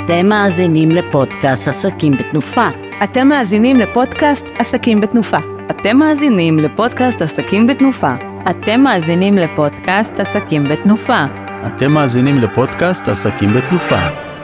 אתם מאזינים לפודקאסט עסקים בתנופה. אתם מאזינים לפודקאסט עסקים בתנופה. אתם מאזינים לפודקאסט עסקים בתנופה. אתם מאזינים לפודקאסט עסקים בתנופה. אתם מאזינים לפודקאסט עסקים בתנופה.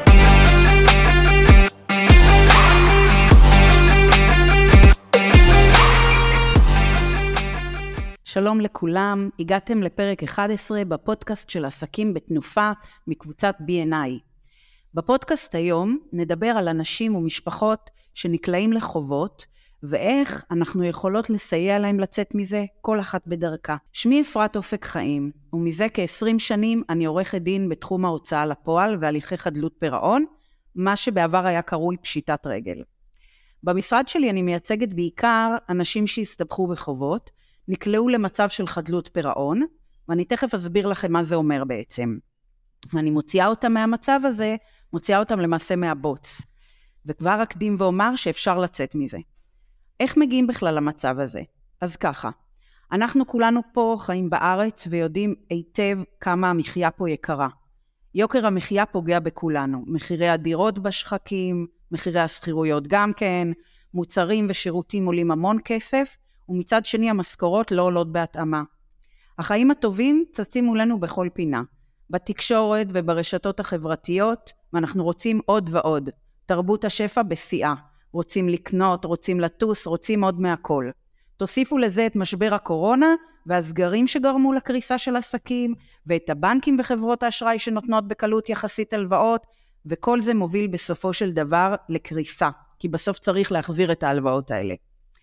שלום לכולם, הגעתם לפרק 11 בפודקאסט של עסקים בתנופה מקבוצת B&I. בפודקאסט היום נדבר על אנשים ומשפחות שנקלעים לחובות, ואיך אנחנו יכולות לסייע להם לצאת מזה, כל אחת בדרכה. שמי אפרת אופק חיים, ומזה כ-20 שנים אני עורכת דין בתחום ההוצאה לפועל והליכי חדלות פירעון, מה שבעבר היה קרוי פשיטת רגל. במשרד שלי אני מייצגת בעיקר אנשים שהסתבכו בחובות, נקלעו למצב של חדלות פירעון, ואני תכף אסביר לכם מה זה אומר בעצם. ואני מוציאה אותם מהמצב הזה, מוציאה אותם למעשה מהבוץ. וכבר אקדים ואומר שאפשר לצאת מזה. איך מגיעים בכלל למצב הזה? אז ככה, אנחנו כולנו פה חיים בארץ ויודעים היטב כמה המחיה פה יקרה. יוקר המחיה פוגע בכולנו. מחירי הדירות בשחקים, מחירי הסחירויות גם כן, מוצרים ושירותים עולים המון כסף, ומצד שני המשכורות לא עולות בהתאמה. החיים הטובים צצים מולנו בכל פינה, בתקשורת וברשתות החברתיות, ואנחנו רוצים עוד ועוד. תרבות השפע בשיאה, רוצים לקנות, רוצים לטוס, רוצים עוד מהכל. תוסיפו לזה את משבר הקורונה והסגרים שגרמו לקריסה של עסקים, ואת הבנקים וחברות האשראי שנותנות בקלות יחסית הלוואות, וכל זה מוביל בסופו של דבר לקריסה, כי בסוף צריך להחזיר את ההלוואות האלה.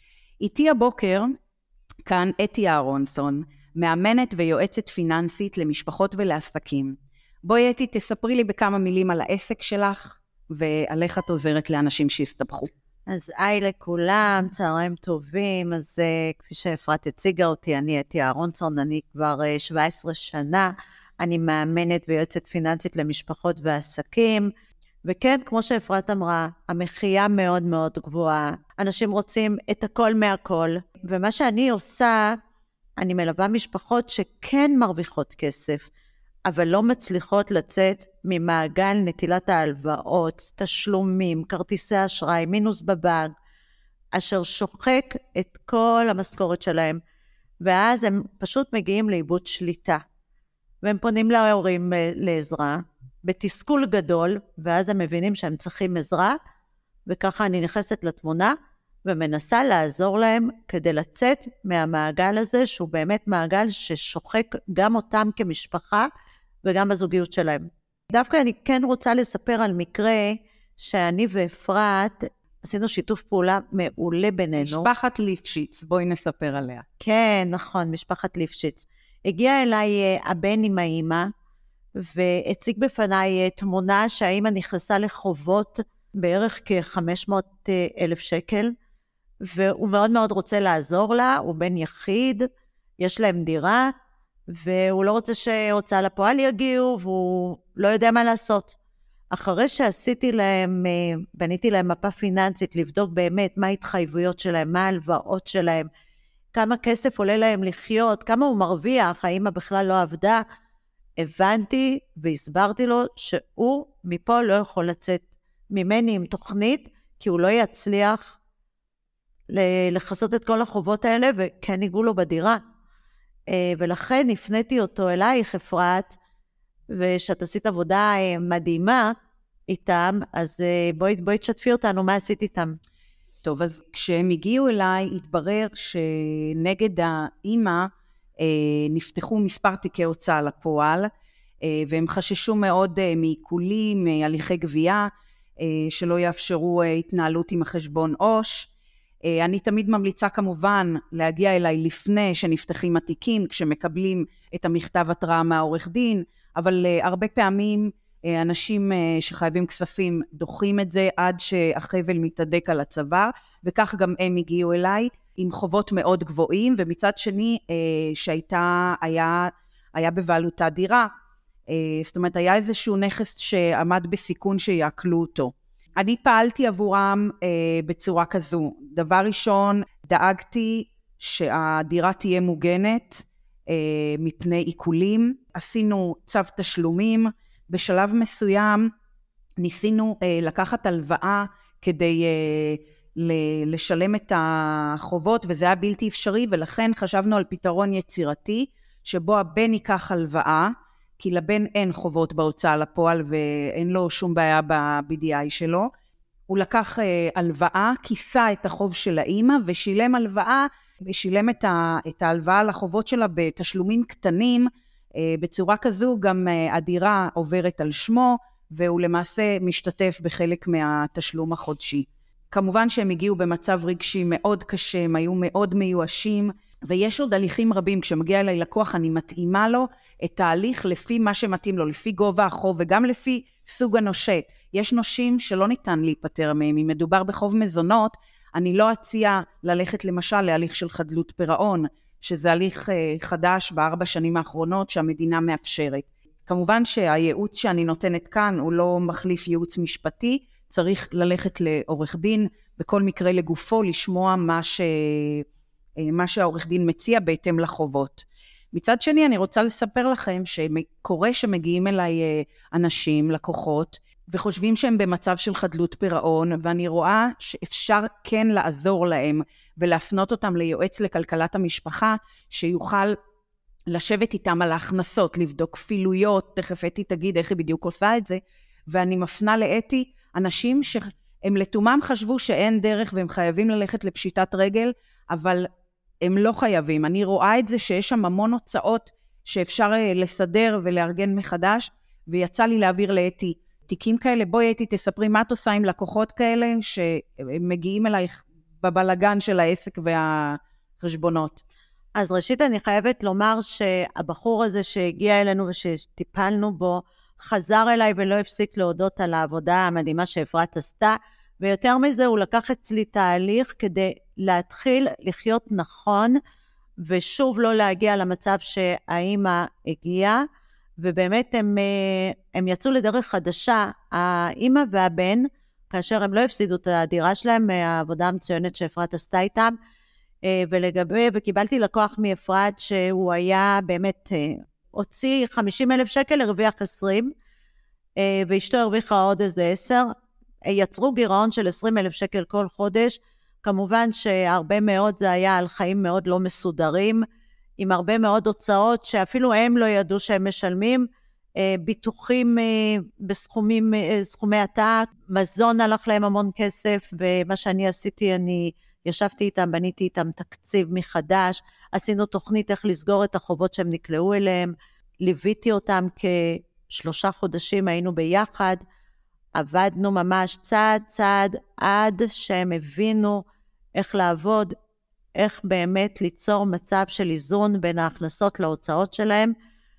איתי הבוקר כאן אתי אהרונסון, מאמנת ויועצת פיננסית למשפחות ולעסקים. בואי אתי, תספרי לי בכמה מילים על העסק שלך, ועל איך את עוזרת לאנשים שהסתבכו. אז היי לכולם, צהריים טובים. אז כפי שאפרת הציגה אותי, אני אתי אהרונסון, אני כבר 17 שנה, אני מאמנת ויועצת פיננסית למשפחות ועסקים, וכן, כמו שאפרת אמרה, המחיה מאוד מאוד גבוהה, אנשים רוצים את הכל מהכל, ומה שאני עושה, אני מלווה משפחות שכן מרוויחות כסף, אבל לא מצליחות לצאת ממעגל נטילת ההלוואות, תשלומים, כרטיסי אשראי, מינוס בבנק, אשר שוחק את כל המשכורת שלהם, ואז הם פשוט מגיעים לאיבוד שליטה, והם פונים להורים לעזרה, בתסכול גדול, ואז הם מבינים שהם צריכים עזרה, וככה אני נכנסת לתמונה, ומנסה לעזור להם כדי לצאת מהמעגל הזה, שהוא באמת מעגל ששוחק גם אותם כמשפחה, וגם בזוגיות שלהם. דווקא אני כן רוצה לספר על מקרה, שאני ואפרת עשינו שיתוף פעולה מעולה בינינו. משפחת ליפשיץ, בואי נספר עליה. כן, נכון, משפחת ליפשיץ. הגיע אליי הבן עם האמא, והציג בפניי תמונה שהאמא נכנסה לחובות בערך כ-500,000 שקל, והוא מאוד מאוד רוצה לעזור לה, הוא בן יחיד, יש להם דירה, והוא לא רוצה שהוצאה לפועל יגיעו, והוא לא יודע מה לעשות. אחרי שעשיתי להם, בניתי להם מפה פיננסית, לבדוק באמת מה ההתחייבויות שלהם, מה ההלוואות שלהם, כמה כסף עולה להם לחיות, כמה הוא מרוויח, האמא בכלל לא עבדה, הבנתי והסברתי לו שהוא מפה לא יכול לצאת ממני עם תוכנית, כי הוא לא יצליח לחסות את כל החובות האלה, וכן ייגעו לו בדירה. ולכן הפניתי אותו אלייך, אפרת, ושאת עשית עבודה מדהימה איתם, אז בואי תשתפי אותנו, מה עשית איתם? טוב, אז כשהם הגיעו אליי, התברר שנגד האמא, נפתחו מספר תיקי הוצאה לפועל, והם חששו מאוד מעיקולים, מהליכי גבייה, שלא יאפשרו התנהלות עם החשבון עו"ש. אני תמיד ממליצה כמובן להגיע אליי לפני שנפתחים התיקים, כשמקבלים את המכתב התראה מהעורך דין, אבל הרבה פעמים אנשים שחייבים כספים דוחים את זה עד שהחבל מתהדק על הצוואר, וכך גם הם הגיעו אליי עם חובות מאוד גבוהים, ומצד שני היה בבעלותה דירה, זאת אומרת היה איזשהו נכס שעמד בסיכון שיעקלו אותו. אני פעלתי עבורם בצורה כזו. דבר ראשון, דאגתי שהדירה תהיה מוגנת מפני עיקולים. עשינו צו תשלומים. בשלב מסוים ניסינו לקחת הלוואה כדי לשלם את החובות, וזה היה בלתי אפשרי, ולכן חשבנו על פתרון יצירתי, שבו הבן ייקח הלוואה, כי לבן אין חובות בהוצאה לפועל, ואין לו שום בעיה ב-BDI שלו. הוא לקח הלוואה, כיסה את החוב של האמא, ושילם הלוואה, ושילם את ההלוואה לחובות שלה בתשלומים קטנים, בצורה כזו גם הדירה עוברת על שמו, והוא למעשה משתתף בחלק מהתשלום החודשי. כמובן שהם הגיעו במצב רגשי מאוד קשה, הם היו מאוד מיואשים, ויש עוד הליכים רבים, כשמגיע אליי לקוח אני מתאימה לו את ההליך לפי מה שמתאים לו, לפי גובה החוב וגם לפי סוג הנושה. יש נושים שלא ניתן להיפטר מהם, אם מדובר בחוב מזונות, אני לא אציע ללכת למשל להליך של חדלות פירעון, שזה הליך חדש ב4 שנים האחרונות שהמדינה מאפשרת. כמובן שהייעוץ שאני נותנת כאן הוא לא מחליף ייעוץ משפטי, צריך ללכת לעורך דין, בכל מקרה לגופו לשמוע מה שהעורך דין מציע בהתאם לחובות. מצד שני אני רוצה לספר לכם שקורה שמגיעים אליי אנשים, לקוחות, וחושבים שהם במצב של חדלות פירעון, ואני רואה שאפשר כן לעזור להם, ולהפנות אותם ליועץ לכלכלת המשפחה, שיוכל לשבת איתם על ההכנסות, לבדוק כפילויות, תכף אתי תגיד איך היא בדיוק עושה את זה, ואני מפנה לאתי אנשים שהם לתומם חשבו שאין דרך, והם חייבים ללכת לפשיטת רגל, אבל הם לא חייבים. אני רואה את זה שיש שם המון הוצאות, שאפשר לסדר ולארגן מחדש, ויצא לי להעביר לאתי תיקים כאלה. בואי אתי תספרי מה את עושה עם לקוחות כאלה, שמגיעים אלייך בבלגן של העסק והחשבונות. אז ראשית אני חייבת לומר שהבחור הזה שהגיע אלינו ושטיפלנו בו, חזר אליי ולא הפסיק להודות על העבודה המדהימה שאפרת עשתה, ויותר מזה הוא לקח אצלי תהליך כדי להתחיל לחיות נכון, ושוב לא להגיע למצב שהאימא הגיעה, ובאמת הם יצאו לדרך חדשה, האימא והבן, כאשר הם לא הפסידו את הדירה שלהם, מהעבודה המצוינת שאפרת עשתה איתם, וקיבלתי לקוח מאפרת שהוא היה באמת, הוציא 50,000 שקל, הרוויח 20, ואשתו הרוויחה עוד איזה 10, יצרו גירעון של 20,000 שקל כל חודש, כמובן שהרבה מאוד זה היה על חיים מאוד לא מסודרים, עם הרבה מאוד הוצאות שאפילו הם לא ידעו שהם משלמים, ביטוחים בסכומי עתק, מזון הלך להם המון כסף, ומה שאני עשיתי, אני ישבתי איתם, בניתי איתם תקציב מחדש, עשינו תוכנית איך לסגור את החובות שהם נקלעו אליהם, ליוויתי אותם כ3 חודשים, היינו ביחד, עבדנו ממש צעד צעד, עד שהם הבינו איך לעבוד, איך באמת ליצור מצב של איזון בין ההכנסות להוצאות שלהם,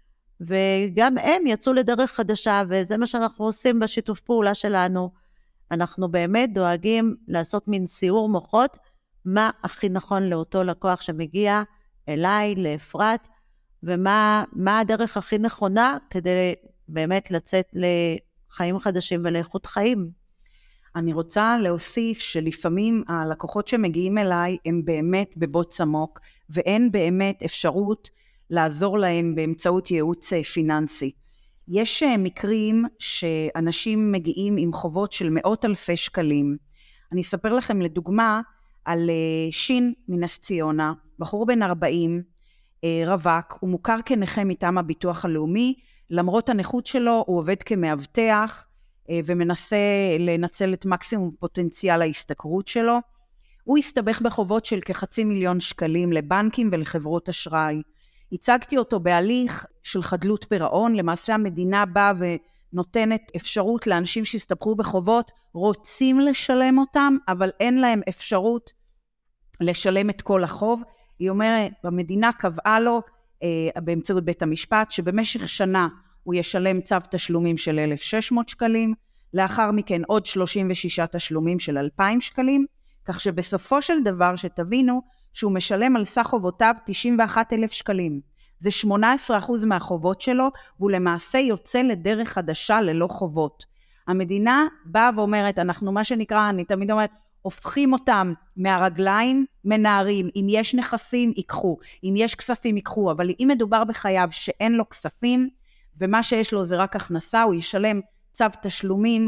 וגם הם יצאו לדרך חדשה, וזה מה שאנחנו עושים בשיתוף פעולה שלנו. אנחנו באמת דואגים לעשות מין סיור מוחות, מה הכי נכון לאותו לקוח שמגיע אליי, לאפרת, ומה הדרך הכי נכונה כדי באמת לצאת לחיים חדשים ולאיכות חיים. אני רוצה להוסיף שלפעמים הלקוחות שמגיעים אליי הם באמת בבוץ עמוק, ואין באמת אפשרות לעזור להם באמצעות ייעוץ פיננסי. יש מקרים שאנשים מגיעים עם חובות של מאות אלפי שקלים. אני אספר לכם לדוגמה על שין מנס ציונה, בחור בן 40, רווק, הוא מוכר כנכה מטעם הביטוח הלאומי, למרות הנכות שלו הוא עובד כמאבטח, ומנסה לנצל את מקסימום פוטנציאל ההשתכרות שלו. הוא הסתבך בחובות של כ500,000 שקלים לבנקים ולחברות אשראי. הצגתי אותו בהליך של חדלות פירעון, למעשה המדינה באה ונותנת אפשרות לאנשים שהסתבכו בחובות, רוצים לשלם אותם, אבל אין להם אפשרות לשלם את כל החוב. היא אומרת, המדינה קבעה לו באמצעות בית המשפט, שבמשך שנה הוא ישלם צו תשלומים של 1,600 שקלים, לאחר מכן עוד 36 תשלומים של 2,000 שקלים, כך שבסופו של דבר שתבינו שהוא משלם על סך חובותיו 91,000 שקלים. זה 18% מהחובות שלו, והוא למעשה יוצא לדרך חדשה ללא חובות. המדינה באה ואומרת, אנחנו מה שנקרא, אני תמיד אומרת, הופכים אותם מהרגליים, מנערים, אם יש נכסים ייקחו, אם יש כספים ייקחו, אבל אם מדובר בחייב שאין לו כספים, ומה שיש לו זה רק הכנסה, הוא ישלם צו תשלומים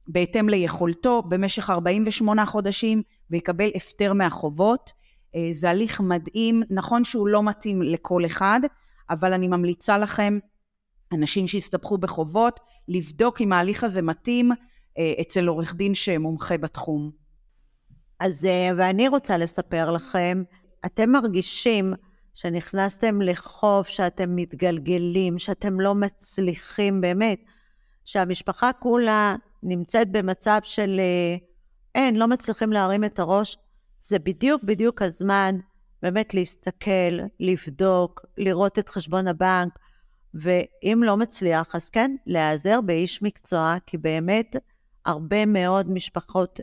בהתאם ליכולתו במשך 48 חודשים ויקבל הפטר מהחובות. זה הליך מדהים, נכון שהוא לא מתאים לכל אחד, אבל אני ממליצה לכם, אנשים שהסתבכו בחובות, לבדוק אם ההליך הזה מתאים אצל עורך דין שמומחה בתחום. אז ואני רוצה לספר לכם, אתם מרגישים שנכנסתם לחוב, שאתם מתגלגלים, שאתם לא מצליחים באמת, שהמשפחה כולה נמצאת במצב של לא מצליחים להרים את הראש, זה בדיוק הזמן באמת להסתכל, לבדוק, לראות את חשבון הבנק, ואם לא מצליח, אז כן, להיעזר באיש מקצוע, כי באמת הרבה מאוד משפחות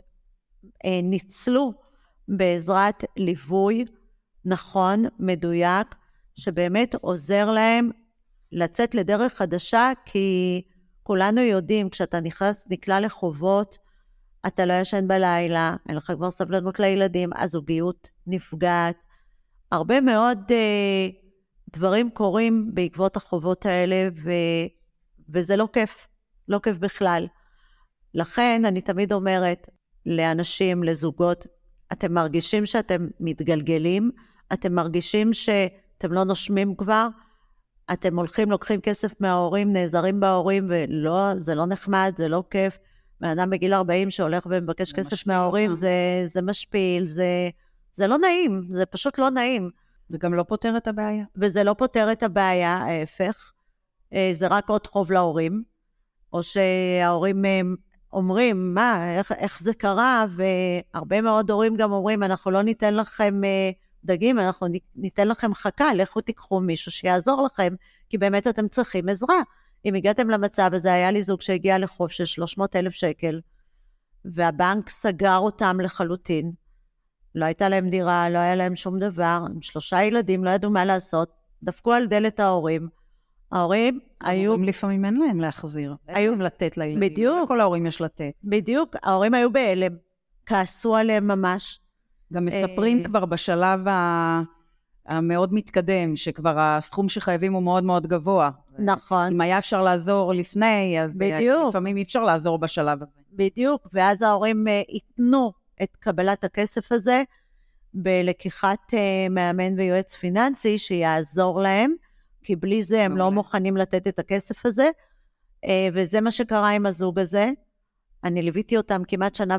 ניצלו בעזרת ליווי נכון, מדויק, שבאמת עוזר להם לצאת לדרך חדשה, כי כולנו יודעים, כשאתה נקלע לחובות, אתה לא ישן בלילה, אין לך כבר סבלנות לילדים, הזוגיות נפגעת. הרבה מאוד דברים קורים בעקבות החובות האלה, וזה לא כיף, לא כיף בכלל. לכן אני תמיד אומרת לאנשים, לזוגות, אתם מרגישים שאתם מתגלגלים, אתם מרגישים שאתם לא נושמים כבר, אתם הולכים, לוקחים כסף מההורים, נעזרים בהורים, ולא, זה לא נחמד, זה לא כיף. מאדם בגיל 40 שהולך ומבקש כסף מההורים, זה משפיל, זה לא נעים, זה פשוט לא נעים. זה גם לא פותר את הבעיה. וזה לא פותר את הבעיה, ההפך. זה רק עוד חוב להורים, או שההורים אומרים, איך זה קרה, והרבה מאוד הורים גם אומרים, אנחנו לא ניתן לכם דגים, אנחנו ניתן לכם חכה, לכו תיקחו מישהו שיעזור לכם, כי באמת אתם צריכים עזרה. אם הגעתם למצב הזה, היה לי זוג שהגיע לחוב של 300,000 שקל, והבנק סגר אותם לחלוטין, לא הייתה להם דירה, לא היה להם שום דבר, עם 3 ילדים, לא ידעו מה לעשות, דפקו על דלת ההורים, ההורים היו... ההורים לפעמים אין להם להחזיר, היו לתת לילדים, בדיוק, כל ההורים יש לתת. בדיוק, ההורים היו בהלם, כעסו עליהם ממש. גם מספרים כבר בשלב המאוד מתקדם, שכבר הסכום שחייבים הוא מאוד מאוד גבוה. נכון. אם היה אפשר לעזור לפני, אז בדיוק. לפעמים אי אפשר לעזור בשלב הזה. בדיוק, ואז ההורים ייתנו את קבלת הכסף הזה, בלקיחת מאמן ויועץ פיננסי שיעזור להם, כי בלי זה הם לא מוכנים לתת את הכסף הזה, וזה מה שקרה עם הזוג הזה. אני ליוויתי אותם כמעט 1.5 שנה.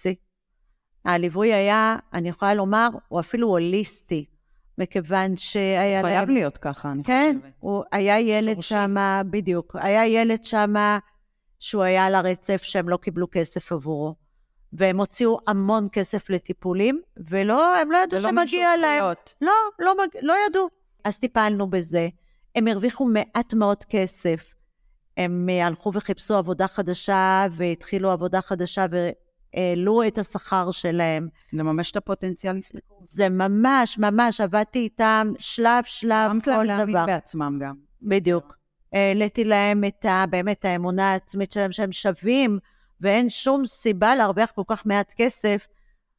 הליווי היה, אני יכולה לומר, הוא אפילו הוליסטי, מכיוון שהיה... חייב להיות ככה, אני כן, חושבת. הוא היה ילד שמה, בדיוק, היה ילד שמה שהוא היה על הרצף שהם לא קיבלו כסף עבורו, והם הוציאו המון כסף לטיפולים, והם לא ידעו שמגיע להם. לא ידעו. אז טיפלנו בזה, הם הרוויחו מעט מאוד כסף, הם הלכו וחיפשו עבודה חדשה, והתחילו עבודה חדשה, העלו את השכר שלהם. לממש את הפוטנציאל. זה ממש, עבדתי איתם שלב, כל דבר. בעצמם גם. בדיוק. העליתי להם באמת האמונה העצמית שלהם, שהם שווים, ואין שום סיבה להרוויח כל כך מעט כסף,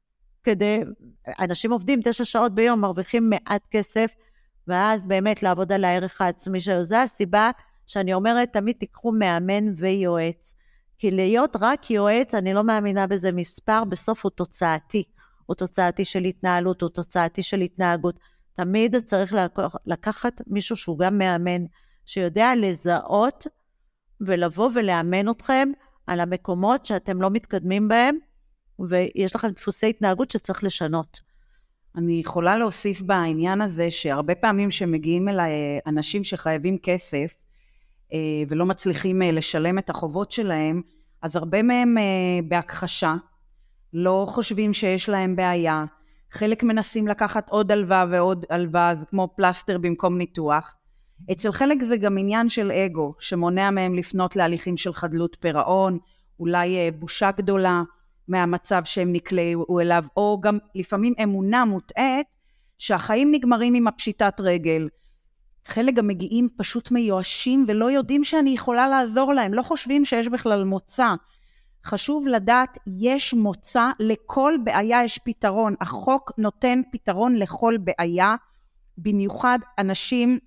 אנשים עובדים 9 שעות ביום, מרוויחים מעט כסף, ואז באמת לעבוד על הערך העצמי שלו. זה הסיבה שאני אומרת, תמיד תיקחו מאמן ויועץ. כי להיות רק יועץ, אני לא מאמינה בזה מספר, בסוף הוא תוצאתי. הוא תוצאתי של התנהלות, הוא תוצאתי של התנהגות. תמיד צריך לקחת מישהו שהוא גם מאמן, שיודע לזהות ולבוא ולאמן אתכם על המקומות שאתם לא מתקדמים בהם, ויש לכם דפוסי התנהגות שצריך לשנות. אני יכולה להוסיף בעניין הזה, שהרבה פעמים שמגיעים אליי אנשים שחייבים כסף, ולא מצליחים לשלם את החובות שלהם, אז הרבה מהם בהכחשה, לא חושבים שיש להם בעיה, חלק מנסים לקחת עוד הלוואה ועוד הלוואה, זה כמו פלסטר במקום ניתוח. אצל חלק זה גם עניין של אגו, שמונע מהם לפנות להליכים של חדלות פירעון, אולי בושה גדולה מהמצב שהם נקלעו אליו, או גם לפעמים אמונה מוטעית, שהחיים נגמרים עם הפשיטת רגל. חלק גם מגיעים פשוט מיואשים, ולא יודעים שאני יכולה לעזור להם, לא חושבים שיש בכלל מוצא. חשוב לדעת, יש מוצא, לכל בעיה יש פתרון, החוק נותן פתרון לכל בעיה, במיוחד אנשים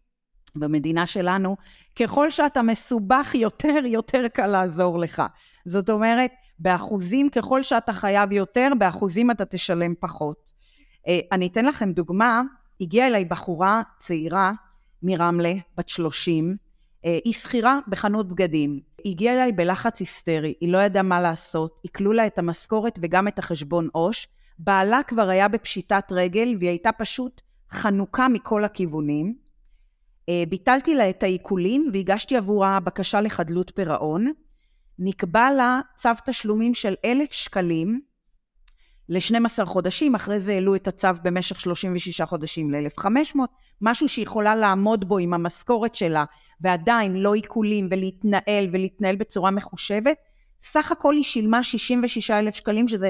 במדינה שלנו, ככל שאתה מסובך יותר קל לעזור לך. זאת אומרת, באחוזים, ככל שאתה חייב יותר, באחוזים אתה תשלם פחות. אני אתן לכם דוגמה, הגיעה אליי בחורה צעירה מרמלה, בת 30, היא שכירה בחנות בגדים. היא הגיעה אליי בלחץ היסטרי, היא לא ידעה מה לעשות, עיקלו לה את המשכורת וגם את החשבון עו"ש, בעלה כבר היה בפשיטת רגל, והיא הייתה פשוט חנוכה מכל הכיוונים. ביטלתי לה את העיקולים, והגשתי עבורה בקשה לחדלות פירעון. נקבע לה צו תשלומים של 1,000 שקלים, ל-12 חודשים, אחרי זה העלו את הצו במשך 36 חודשים ל-1,500, משהו שיכולה לעמוד בו עם המשכורת שלה, ועדיין לא עיקולים ולהתנהל בצורה מחושבת. סך הכל היא שילמה 66,000 שקלים, שזה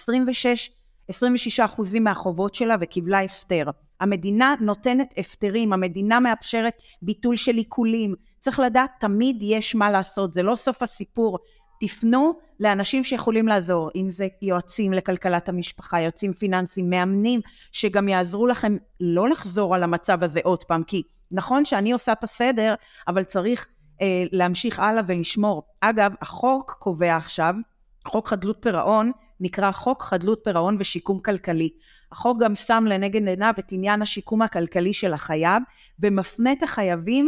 26% מהחובות שלה, וקיבלה הפטר. המדינה נותנת הפטרים, המדינה מאפשרת ביטול של עיקולים. צריך לדעת, תמיד יש מה לעשות, זה לא סוף הסיפור. תפנו לאנשים שיכולים לעזור, אם זה יועצים לכלכלת המשפחה, יועצים פיננסיים, מאמנים, שגם יעזרו לכם לא לחזור על המצב הזה עוד פעם, כי נכון שאני עושה את הסדר, אבל צריך להמשיך הלאה ולשמור. אגב, החוק קובע עכשיו, חוק חדלות פירעון, נקרא חוק חדלות פירעון ושיקום כלכלי. החוק גם שם לנגד עיניו את עניין השיקום הכלכלי של החייב, ומפנה את החייבים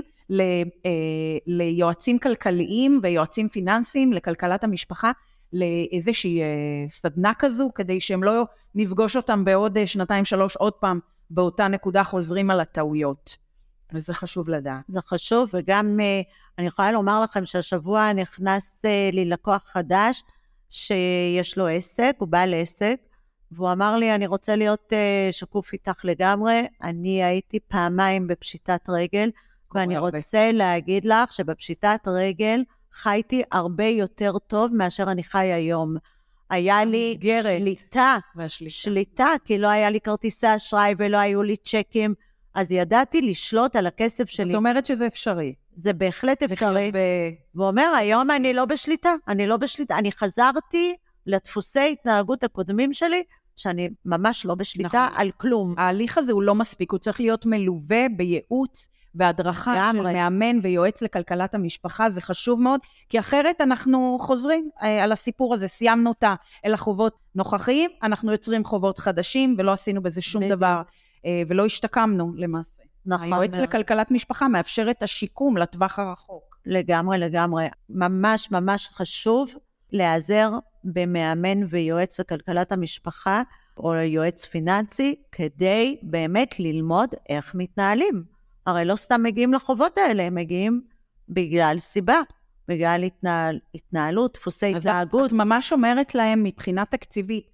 ליועצים כלכליים ויועצים פיננסיים, לכלכלת המשפחה, לאיזושהי סדנה כזו, כדי שהם לא נפגוש אותם בעוד 2-3 עוד פעם, באותה נקודה חוזרים על הטעויות. וזה חשוב לדעת. זה חשוב, וגם אני יכולה לומר לכם שהשבוע נכנס לי לקוח חדש, שיש לו עסק, הוא בעל עסק, והוא אמר לי, אני רוצה להיות שקוף איתך לגמרי, אני הייתי פעמיים בפשיטת רגל, ואני רוצה להגיד לך שבפשיטת רגל חייתי הרבה יותר טוב מאשר אני חי היום. היה לי שליטה, כי לא היה לי כרטיסי אשראי ולא היו לי צ'קים, אז ידעתי לשלוט על הכסף שלי. זאת אומרת שזה אפשרי. זה בהחלט אפשרי. והוא אומר, היום אני לא בשליטה, אני חזרתי לדפוסי התנהגות הקודמים שלי, שאני ממש לא בשליטה על כלום. ההליך הזה הוא לא מספיק, הוא צריך להיות מלווה בייעוץ והדרכה של מאמן ויועץ לכלכלת המשפחה, זה חשוב מאוד, כי אחרת אנחנו חוזרים על הסיפור הזה, סיימנו אותה אל החובות נוכחיים, אנחנו יוצרים חובות חדשים, ולא עשינו בזה שום דבר, ולא השתקמנו למעשה. נכון. היועץ לכלכלת משפחה מאפשר את השיקום לטווח הרחוק. לגמרי. ממש חשוב להיעזר במאמן ויועץ לכלכלת המשפחה, או יועץ פיננסי, כדי באמת ללמוד איך מתנהלים. הרי לא סתם מגיעים לחובות האלה, הם מגיעים בגלל סיבה, בגלל התנהלות, דפוסי התנהגות. את ממש אומרת להם מבחינה תקציבית,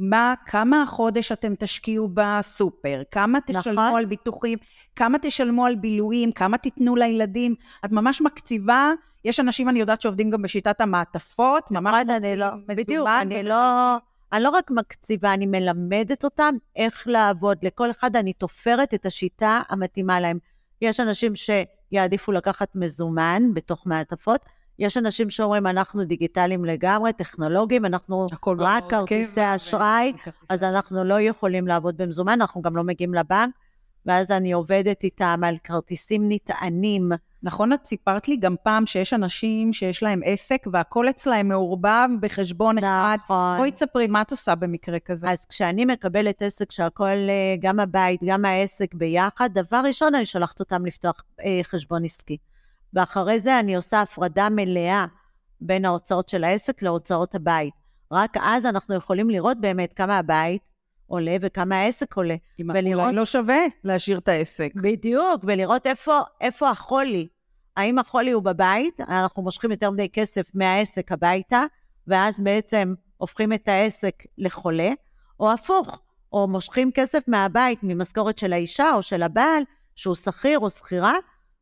כמה החודש אתם תשקיעו בסופר, כמה תשלמו על ביטוחים, כמה תשלמו על בילויים, כמה תיתנו לילדים, את ממש מקציבה, יש אנשים אני יודעת שעובדים גם בשיטת המעטפות, ממש בדיוק, אני לא רק מקציבה, אני מלמדת אותם איך לעבוד, לכל אחד אני תופרת את השיטה המתאימה להם. יש אנשים שיעדיפו לקחת מזומן בתוך מעטפות, יש אנשים שאומרים, אנחנו דיגיטליים לגמרי, טכנולוגיים, אנחנו רק כרטיסי אשראי, אז אנחנו לא יכולים לעבוד במזומן, אנחנו גם לא מגיעים לבנק, ואז אני עובדת איתם על כרטיסים נטענים. נכון, את סיפרת לי גם פעם שיש אנשים שיש להם עסק, והכל אצלהם מעורבב בחשבון אחד. בואי תספרי, מה את עושה במקרה כזה? אז כשאני מקבלת עסק שהכל, גם הבית, גם העסק ביחד, דבר ראשון אני שולחת אותם לפתוח חשבון עסקי. ואחרי זה אני עושה הפרדה מלאה בין ההוצאות של העסק להוצאות הבית. רק אז אנחנו יכולים לראות באמת כמה הבית עולה וכמה העסק עולה. אולי לא שווה להשאיר את העסק. בדיוק, ולראות איפה החולי. האם החולי הוא בבית, אנחנו מושכים יותר מדי כסף מהעסק הביתה, ואז בעצם הופכים את העסק לחולה, או הפוך, או מושכים כסף מהבית, ממשכורת של האישה או של הבעל, שהוא שכיר או שכירה,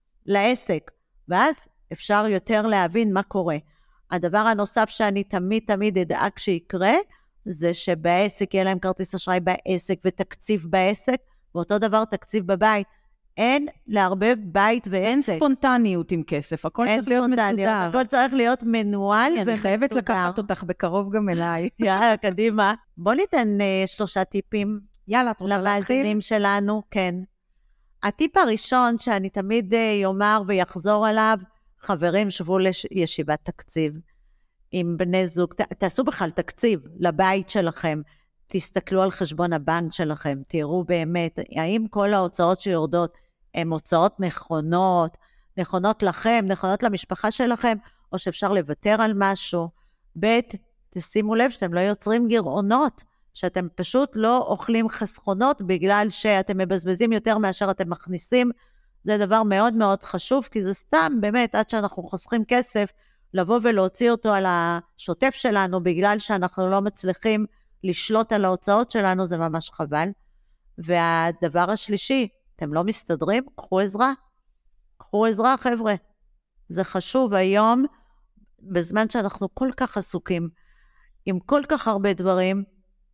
לעסק. ואז אפשר יותר להבין מה קורה. הדבר הנוסף שאני תמיד אדאג שיקרה, זה שבעסק יהיה להם כרטיס אשראי בעסק ותקציב בעסק, ואותו דבר תקציב בבית. אין להרבב בית ועסק. אין ספונטניות עם כסף, הכל צריך להיות מסודר. הכל צריך להיות מנוהל ומסודר. אני חייבת לקחת אותך בקרוב גם אליי. יאללה, קדימה. בוא ניתן 3 טיפים. יאללה, את רוצה להתחיל? למאזינים שלנו, כן. הטיפ הראשון שאני תמיד יאמר ויחזור עליו, חברים, שבו לישיבת תקציב עם בני זוג, תעשו בכלל תקציב לבית שלכם, תסתכלו על חשבון הבנק שלכם, תראו באמת, האם כל ההוצאות שיורדות הן הוצאות נכונות לכם, נכונות למשפחה שלכם, או שאפשר לוותר על משהו. ב', תשימו לב שאתם לא יוצרים גירעונות, שאתם פשוט לא אוכלים חסכונות, בגלל שאתם מבזבזים יותר מאשר אתם מכניסים. זה דבר מאוד מאוד חשוב, כי זה סתם באמת, עד שאנחנו חוסכים כסף, לבוא ולהוציא אותו על השוטף שלנו, בגלל שאנחנו לא מצליחים לשלוט על ההוצאות שלנו, זה ממש חבל. והדבר השלישי, אתם לא מסתדרים, קחו עזרה. קחו עזרה, חבר'ה. זה חשוב היום, בזמן שאנחנו כל כך עסוקים, עם כל כך הרבה דברים,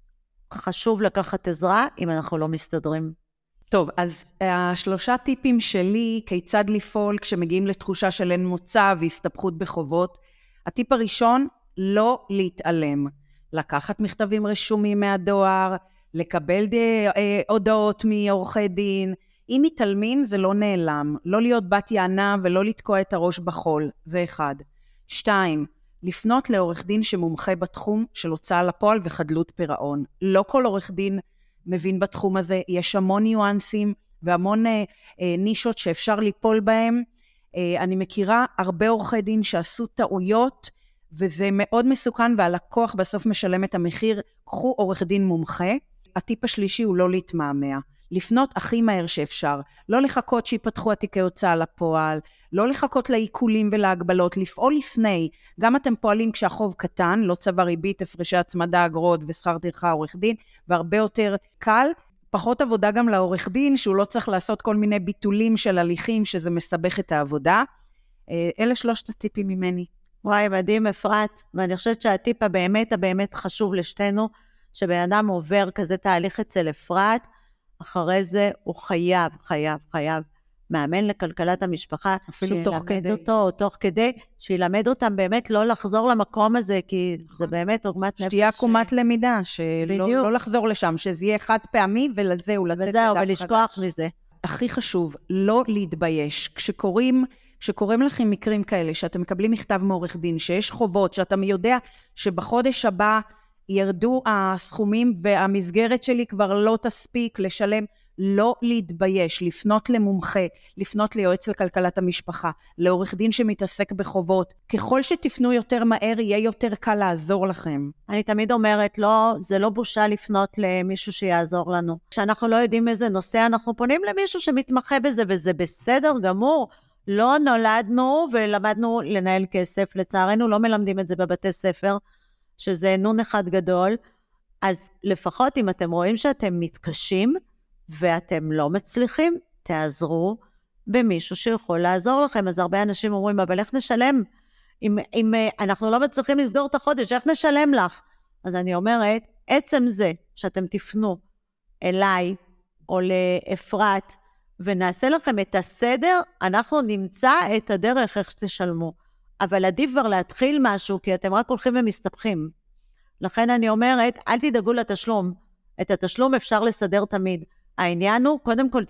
חשוב לקחת עזרה אם אנחנו לא מסתדרים. טוב, אז 3 טיפים שלי, כיצד לפעול כשמגיעים לתחושה של אין מוצא והסתבכות בחובות. הטיפ הראשון, לא להתעלם. לקחת מכתבים רשומים מהדואר, לקבל הודעות מעורכי דין. אם מתעלמים זה לא נעלם. לא להיות בת יענה ולא לתקוע את הראש בחול. זה 1. 2. לפנות לעורך דין שמומחה בתחום של הוצאה לפועל וחדלות פירעון. לא כל עורך דין מבין בתחום הזה, יש המון ניואנסים והמון נישות שאפשר ליפול בהם. אני מכירה הרבה עורכי דין שעשו טעויות, וזה מאוד מסוכן, והלקוח בסוף משלם את המחיר. קחו עורך דין מומחה. הטיפ השלישי הוא לא להתמהמה. לפנות הכי מהר שאפשר, לא לחכות שיפתחו התיקי הוצאה לפועל, לא לחכות לעיקולים ולהגבלות, לפעול לפני. גם אתם פועלים כשהחוב קטן, לא צבא ריבית, הפרשי הצמדה, אגרות ושכר טרחה עורך דין, והרבה יותר קל, פחות עבודה גם לעורך דין, שהוא לא צריך לעשות כל מיני ביטולים של הליכים, שזה מסבך את העבודה. אלה 3 הטיפים ממני. וואי, מדהים אפרת, ואני חושבת שהטיפ הבאמת חשוב לשתינו, שבן אדם עובר כזה תהליך אצל אפרת, אחרי זה הוא חייב מאמן לכלכלת המשפחה, אפילו תוך כדי. אותו, תוך כדי, שילמד אותם באמת לא לחזור למקום הזה, כי זה באמת עוגמת נפש. שתהיה עקומת למידה, שלא לחזור לשם, שזה יהיה חד פעמי, ולזהו, לצאת לדף חדש. ולשכוח מזה. הכי חשוב, לא להתבייש. כשקוראים לכם מקרים כאלה, שאתם מקבלים מכתב מעורך דין, שיש חובות, שאתה יודע שבחודש הבא ירדו הסכומים והמסגרת שלי כבר לא תספיק לשלם, לא להתבייש, לפנות למומחה, לפנות ליועץ לכלכלת המשפחה, לעורך דין שמתעסק בחובות. ככל שתפנו יותר מהר, יהיה יותר קל לעזור לכם. אני תמיד אומרת, לא, זה לא בושה לפנות למישהו שיעזור לנו. כשאנחנו לא יודעים איזה נושא, אנחנו פונים למישהו שמתמחה בזה, וזה בסדר גמור. לא נולדנו ולמדנו לנהל כסף, לצערנו לא מלמדים את זה בבתי ספר, שזה נון אחד גדול. אז לפחות אם אתם רואים שאתם מתקשים, ואתם לא מצליחים, תעזרו במישהו שיכול לעזור לכם. אז הרבה אנשים אומרים, אבל איך נשלם? אם אנחנו לא מצליחים לסגור את החודש, איך נשלם לך? אז אני אומרת, עצם זה שאתם תפנו אליי או לאפרת, ונעשה לכם את הסדר, אנחנו נמצא את הדרך איך שתשלמו. אבל עדיף כבר להתחיל משהו, כי אתם רק הולכים ומסתבכים. לכן אני אומרת, אל תדאגו לתשלום. את התשלום אפשר לסדר תמיד. העניין הוא, קודם כל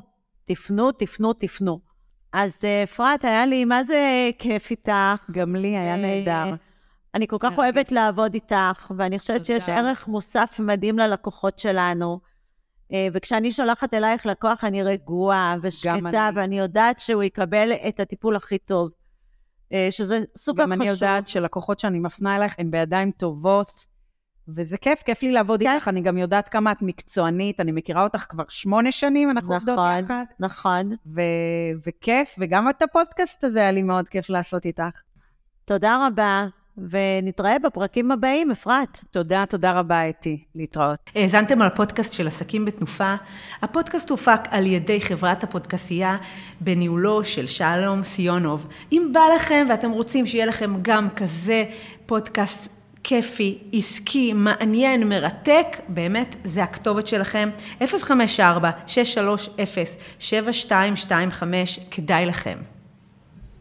תפנו. אז אפרת, היה לי, מה זה כיף איתך? גם לי היה נהדר. אני כל כך אוהבת לעבוד איתך, ואני חושבת שיש ערך מוסף מדהים ללקוחות שלנו. וכשאני שולחת אלייך לקוח, אני רגועה ושקטה, ואני יודעת שהוא יקבל את הטיפול הכי טוב. שזה סופר חשוב. גם אני יודעת שלקוחות שאני מפנה אלייך, הן בידיים טובות, וזה כיף לי לעבוד איתך, אני גם יודעת כמה את מקצוענית, אני מכירה אותך כבר 8 שנים, אנחנו עובדות יחד. נכון. וכיף, וגם את הפודקאסט הזה היה לי מאוד כיף לעשות איתך. תודה רבה, ונתראה בפרקים הבאים, אפרת. תודה רבה אתי, להתראות. האזנתם על הפודקאסט של עסקים בתנופה. הפודקאסט הופק על ידי חברת הפודקאסייה בניהולו של שלום סיונוב. אם בא לכם ואתם רוצים שיהיה לכם גם כזה פודקאסט כיפי, עסקי, מעניין, מרתק, באמת זה הכתובת שלכם. 054-630-7225, כדאי לכם.